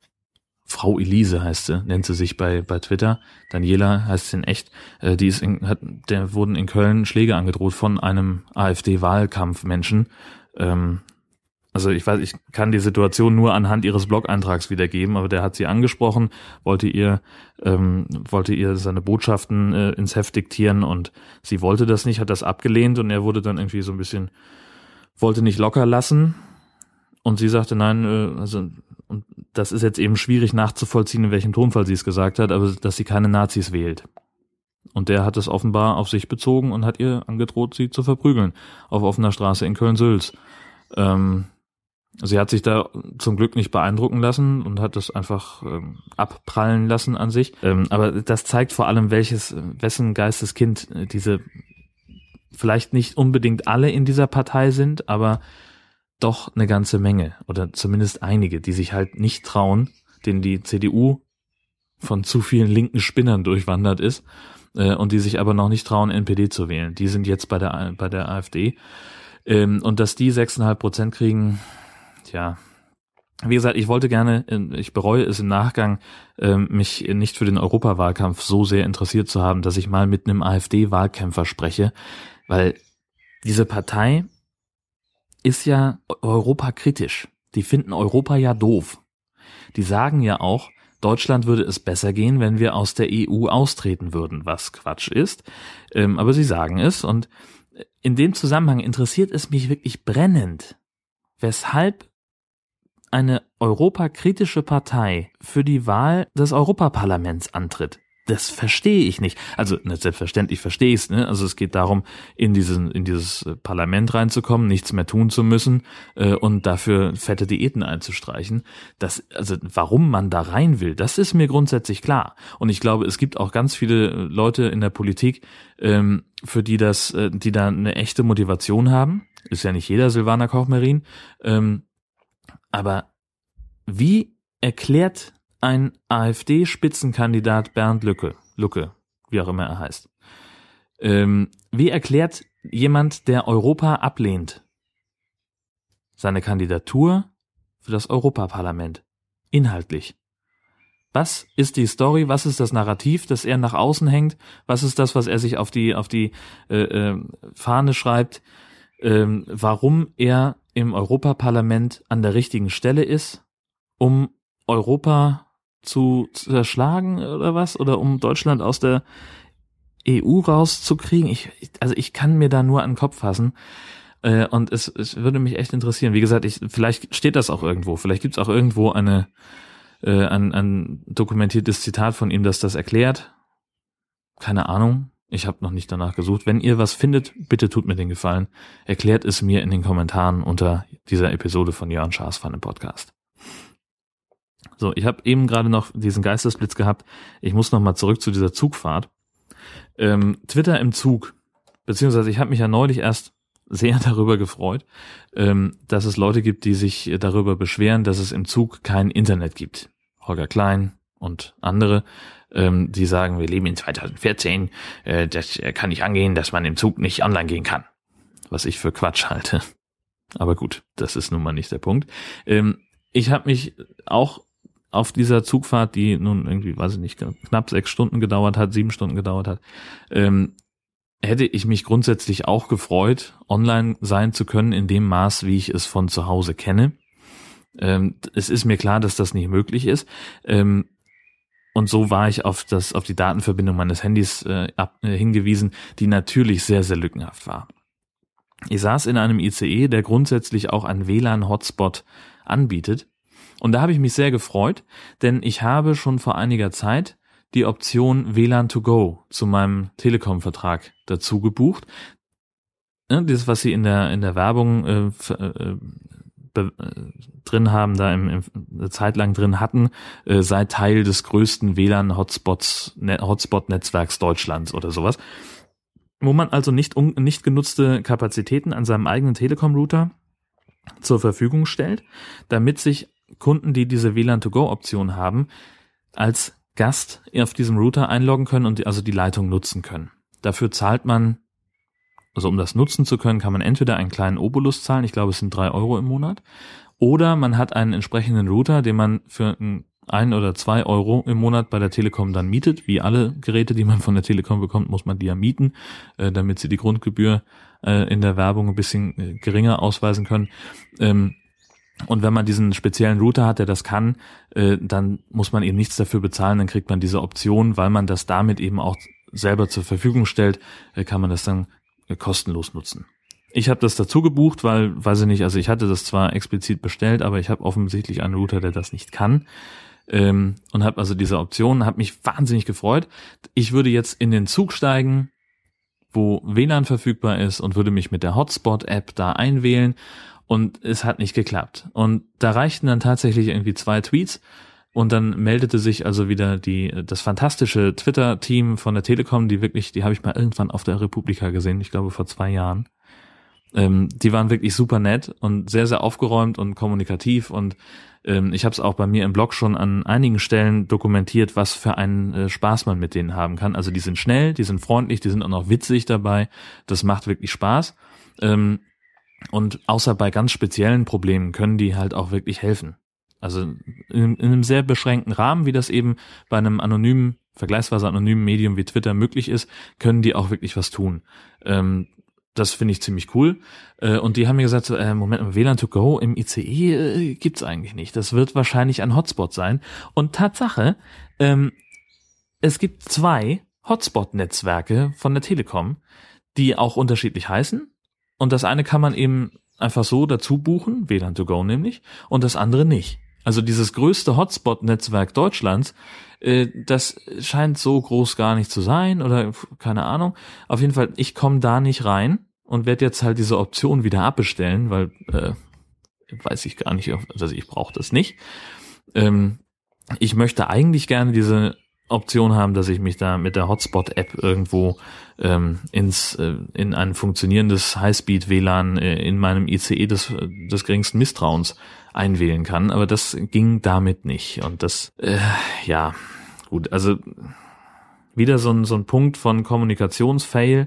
Frau Elise heißt sie, nennt sie sich bei bei Twitter. Daniela heißt sie in echt. Äh, die ist in, hat, der wurden in Köln Schläge angedroht von einem AfD-Wahlkampfmenschen. Ähm, also ich weiß, ich kann die Situation nur anhand ihres Blog-Eintrags wiedergeben, aber der hat sie angesprochen, wollte ihr ähm, wollte ihr seine Botschaften äh, ins Heft diktieren und sie wollte das nicht, hat das abgelehnt und er wurde dann irgendwie so ein bisschen, wollte nicht locker lassen. Und sie sagte, nein, äh, also und das ist jetzt eben schwierig nachzuvollziehen, in welchem Tonfall sie es gesagt hat, aber dass sie keine Nazis wählt. Und der hat es offenbar auf sich bezogen und hat ihr angedroht, sie zu verprügeln auf offener Straße in Köln-Sülz. Ähm, sie hat sich da zum Glück nicht beeindrucken lassen und hat das einfach ähm, abprallen lassen an sich. Ähm, aber das zeigt vor allem, welches, wessen Geisteskind diese, vielleicht nicht unbedingt alle in dieser Partei sind, aber doch eine ganze Menge oder zumindest einige, die sich halt nicht trauen, denen die C D U von zu vielen linken Spinnern durchwandert ist äh, und die sich aber noch nicht trauen, N P D zu wählen. Die sind jetzt bei der bei der AfD ähm, und dass die sechseinhalb Prozent kriegen, tja, wie gesagt, ich wollte gerne, ich bereue es im Nachgang, äh, mich nicht für den Europawahlkampf so sehr interessiert zu haben, dass ich mal mit einem AfD-Wahlkämpfer spreche, weil diese Partei ist ja europakritisch. Die finden Europa ja doof. Die sagen ja auch, Deutschland würde es besser gehen, wenn wir aus der E U austreten würden, was Quatsch ist. Ähm, aber sie sagen es und in dem Zusammenhang interessiert es mich wirklich brennend, weshalb eine europakritische Partei für die Wahl des Europaparlaments antritt. Das verstehe ich nicht. Also ne, selbstverständlich verstehe ich es. Ne? Also es geht darum, in diesen in dieses Parlament reinzukommen, nichts mehr tun zu müssen äh, und dafür fette Diäten einzustreichen. Das, also warum man da rein will, das ist mir grundsätzlich klar. Und ich glaube, es gibt auch ganz viele Leute in der Politik, ähm, für die das, äh, die da eine echte Motivation haben. Ist ja nicht jeder Silvana Koch-Marin. Ähm, aber wie erklärt ein AfD-Spitzenkandidat Bernd Lucke, Lucke, wie auch immer er heißt. Ähm, wie erklärt jemand, der Europa ablehnt, seine Kandidatur für das Europaparlament? Inhaltlich. Was ist die Story? Was ist das Narrativ, das er nach außen hängt? Was ist das, was er sich auf die auf die äh, äh, Fahne schreibt? Ähm, warum er im Europaparlament an der richtigen Stelle ist? um Europa zu zerschlagen oder was? Oder um Deutschland aus der E U rauszukriegen? Ich, also ich kann mir da nur an den Kopf fassen. Äh, und es, es würde mich echt interessieren. Wie gesagt, ich, vielleicht steht das auch irgendwo. Vielleicht gibt es auch irgendwo eine, äh, ein, ein dokumentiertes Zitat von ihm, das das erklärt. Keine Ahnung. Ich habe noch nicht danach gesucht. Wenn ihr was findet, bitte tut mir den Gefallen. Erklärt es mir in den Kommentaren unter dieser Episode von Jörn Schaas Feinem Podcast. So, ich habe eben gerade noch diesen Geistesblitz gehabt. Ich muss noch mal zurück zu dieser Zugfahrt. Ähm, Twitter im Zug. Beziehungsweise ich habe mich ja neulich erst sehr darüber gefreut, ähm, dass es Leute gibt, die sich darüber beschweren, dass es im Zug kein Internet gibt. Holger Klein und andere, ähm, die sagen, wir leben in zweitausendvierzehn, äh, das kann nicht angehen, dass man im Zug nicht online gehen kann. Was ich für Quatsch halte. Aber gut, das ist nun mal nicht der Punkt. Ähm, ich habe mich auch auf dieser Zugfahrt, die nun irgendwie, weiß ich nicht, knapp sechs Stunden gedauert hat, sieben Stunden gedauert hat, ähm, hätte ich mich grundsätzlich auch gefreut, online sein zu können in dem Maß, wie ich es von zu Hause kenne. Ähm, es ist mir klar, dass das nicht möglich ist. Ähm, und so war ich auf das, auf die Datenverbindung meines Handys äh, ab, äh, hingewiesen, die natürlich sehr, sehr lückenhaft war. Ich saß in einem I C E, der grundsätzlich auch einen W L A N-Hotspot anbietet. Und da habe ich mich sehr gefreut, denn ich habe schon vor einiger Zeit die Option W L A N to go zu meinem Telekom-Vertrag dazu gebucht. Ja, das, was sie in der in der Werbung äh, äh, be, äh, drin haben, da im, im, eine Zeit lang drin hatten, äh, sei Teil des größten W L A N-Hotspots, ne, Hotspot-Netzwerks Deutschlands oder sowas. Wo man also nicht, un, nicht genutzte Kapazitäten an seinem eigenen Telekom-Router zur Verfügung stellt, damit sich Kunden, die diese W L A N to go Option haben, als Gast auf diesem Router einloggen können und also die Leitung nutzen können. Dafür zahlt man, also um das nutzen zu können, kann man entweder einen kleinen Obolus zahlen, ich glaube es sind drei Euro im Monat, oder man hat einen entsprechenden Router, den man für ein oder zwei Euro im Monat bei der Telekom dann mietet. Wie alle Geräte, die man von der Telekom bekommt, muss man die ja mieten, äh, damit sie die Grundgebühr äh, in der Werbung ein bisschen äh, geringer ausweisen können. Ähm, Und wenn man diesen speziellen Router hat, der das kann, äh, dann muss man eben nichts dafür bezahlen, dann kriegt man diese Option, weil man das damit eben auch selber zur Verfügung stellt, äh, kann man das dann äh, kostenlos nutzen. Ich habe das dazu gebucht, weil, weiß ich nicht, also ich hatte das zwar explizit bestellt, aber ich habe offensichtlich einen Router, der das nicht kann, ähm, und habe also diese Option, habe mich wahnsinnig gefreut. Ich würde jetzt in den Zug steigen, wo W L A N verfügbar ist, und würde mich mit der Hotspot-App da einwählen. Und es hat nicht geklappt. Und da reichten dann tatsächlich irgendwie zwei Tweets. Und dann meldete sich also wieder die das fantastische Twitter-Team von der Telekom, die wirklich, die habe ich mal irgendwann auf der Republika gesehen, ich glaube vor zwei Jahren. Ähm, die waren wirklich super nett und sehr, sehr aufgeräumt und kommunikativ. Und ähm, ich habe es auch bei mir im Blog schon an einigen Stellen dokumentiert, was für einen äh, Spaß man mit denen haben kann. Also die sind schnell, die sind freundlich, die sind auch noch witzig dabei. Das macht wirklich Spaß. Ähm, Und außer bei ganz speziellen Problemen können die halt auch wirklich helfen. Also in, in einem sehr beschränkten Rahmen, wie das eben bei einem anonymen, vergleichsweise anonymen Medium wie Twitter möglich ist, können die auch wirklich was tun. Ähm, das finde ich ziemlich cool. Äh, und die haben mir gesagt, so, äh, Moment, W L A N to go im I C E äh, gibt's eigentlich nicht. Das wird wahrscheinlich ein Hotspot sein. Und Tatsache, ähm, es gibt zwei Hotspot-Netzwerke von der Telekom, die auch unterschiedlich heißen. Und das eine kann man eben einfach so dazu buchen, W L A N to go nämlich, und das andere nicht. Also dieses größte Hotspot-Netzwerk Deutschlands, äh, das scheint so groß gar nicht zu sein oder keine Ahnung. Auf jeden Fall, ich komme da nicht rein und werde jetzt halt diese Option wieder abbestellen, weil äh, weiß ich gar nicht, also ich brauche das nicht. Ähm, ich möchte eigentlich gerne diese Option haben, dass ich mich da mit der Hotspot-App irgendwo ähm, ins äh, in ein funktionierendes Highspeed-W L A N äh, in meinem I C E des, des geringsten Misstrauens einwählen kann, aber das ging damit nicht. Und das, äh, ja, gut, also wieder so ein, so ein Punkt von Kommunikationsfail.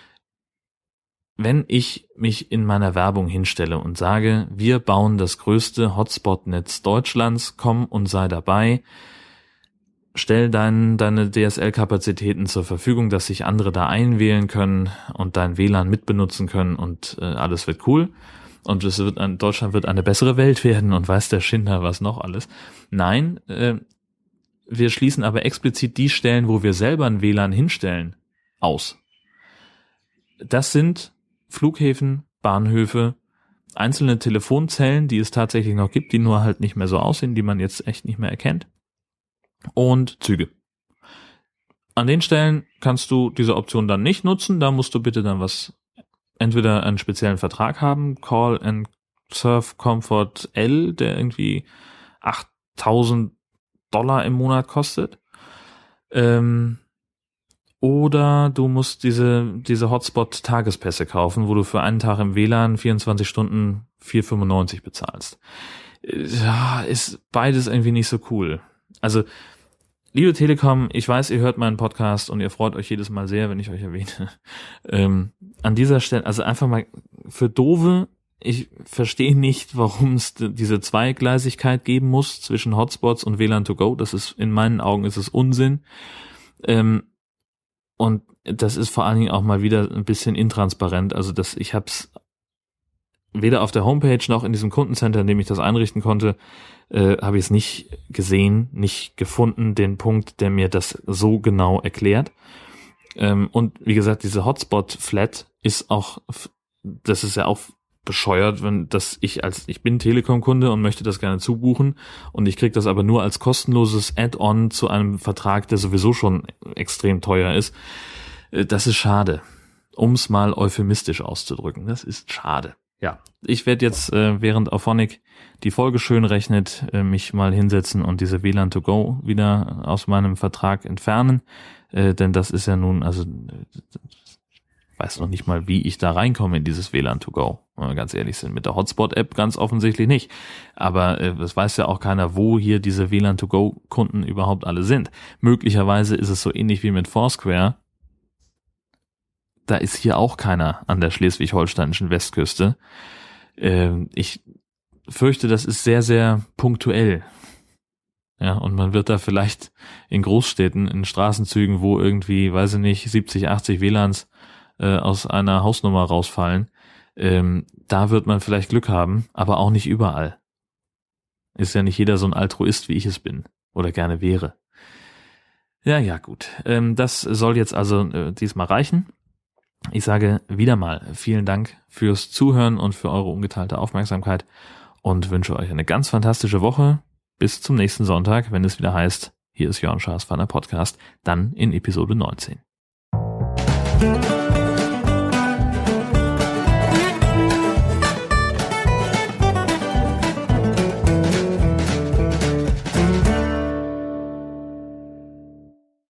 Wenn ich mich in meiner Werbung hinstelle und sage, wir bauen das größte Hotspot-Netz Deutschlands, komm und sei dabei, stell dein, deine D S L-Kapazitäten zur Verfügung, dass sich andere da einwählen können und dein W L A N mitbenutzen können und äh, alles wird cool. und es wird ein, Deutschland wird eine bessere Welt werden und weiß der Schinder was noch alles. Nein, äh, wir schließen aber explizit die Stellen, wo wir selber ein W L A N hinstellen, aus. Das sind Flughäfen, Bahnhöfe, einzelne Telefonzellen, die es tatsächlich noch gibt, die nur halt nicht mehr so aussehen, die man jetzt echt nicht mehr erkennt, und Züge. An den Stellen kannst du diese Option dann nicht nutzen, da musst du bitte dann was, entweder einen speziellen Vertrag haben, Call and Surf Comfort L, der irgendwie achttausend Dollar im Monat kostet, ähm, oder du musst diese diese Hotspot-Tagespässe kaufen, wo du für einen Tag im W L A N vierundzwanzig Stunden vier fünfundneunzig bezahlst. Ja, ist beides irgendwie nicht so cool. Also, liebe Telekom, ich weiß, ihr hört meinen Podcast und ihr freut euch jedes Mal sehr, wenn ich euch erwähne. Ähm, an dieser Stelle, also einfach mal für Doofe, ich verstehe nicht, warum es diese Zweigleisigkeit geben muss zwischen Hotspots und W L A N to go. Das ist, in meinen Augen ist es Unsinn. Ähm, und das ist vor allen Dingen auch mal wieder ein bisschen intransparent. Also das, ich hab's weder auf der Homepage noch in diesem Kundencenter, in dem ich das einrichten konnte, äh, habe ich es nicht gesehen, nicht gefunden, den Punkt, der mir das so genau erklärt. Ähm, und wie gesagt, diese Hotspot-Flat ist auch, das ist ja auch bescheuert, wenn das ich als, ich bin Telekom-Kunde und möchte das gerne zubuchen und ich kriege das aber nur als kostenloses Add-on zu einem Vertrag, der sowieso schon extrem teuer ist. Äh, das ist schade. Um es mal euphemistisch auszudrücken. Das ist schade. Ja, ich werde jetzt, äh, während Auphonic die Folge schön rechnet, äh, mich mal hinsetzen und diese W L A N to go wieder aus meinem Vertrag entfernen, äh, denn das ist ja nun, also ich weiß noch nicht mal, wie ich da reinkomme in dieses W L A N to go, wenn wir ganz ehrlich sind. Mit der Hotspot-App ganz offensichtlich nicht, aber äh, es weiß ja auch keiner, wo hier diese W L A N to go Kunden überhaupt alle sind. Möglicherweise ist es so ähnlich wie mit Foursquare. Da ist hier auch keiner an der schleswig-holsteinischen Westküste. Ähm, ich fürchte, das ist sehr, sehr punktuell. Ja, und man wird da vielleicht in Großstädten, in Straßenzügen, wo irgendwie, weiß ich nicht, siebzig, achtzig W L A Ns äh, aus einer Hausnummer rausfallen, ähm, da wird man vielleicht Glück haben, aber auch nicht überall. Ist ja nicht jeder so ein Altruist, wie ich es bin oder gerne wäre. Ja, ja, gut. Ähm, das soll jetzt also äh, diesmal reichen. Ich sage wieder mal vielen Dank fürs Zuhören und für eure ungeteilte Aufmerksamkeit und wünsche euch eine ganz fantastische Woche. Bis zum nächsten Sonntag, wenn es wieder heißt, hier ist Jörn Schaas von der Podcast, dann in Episode neunzehn.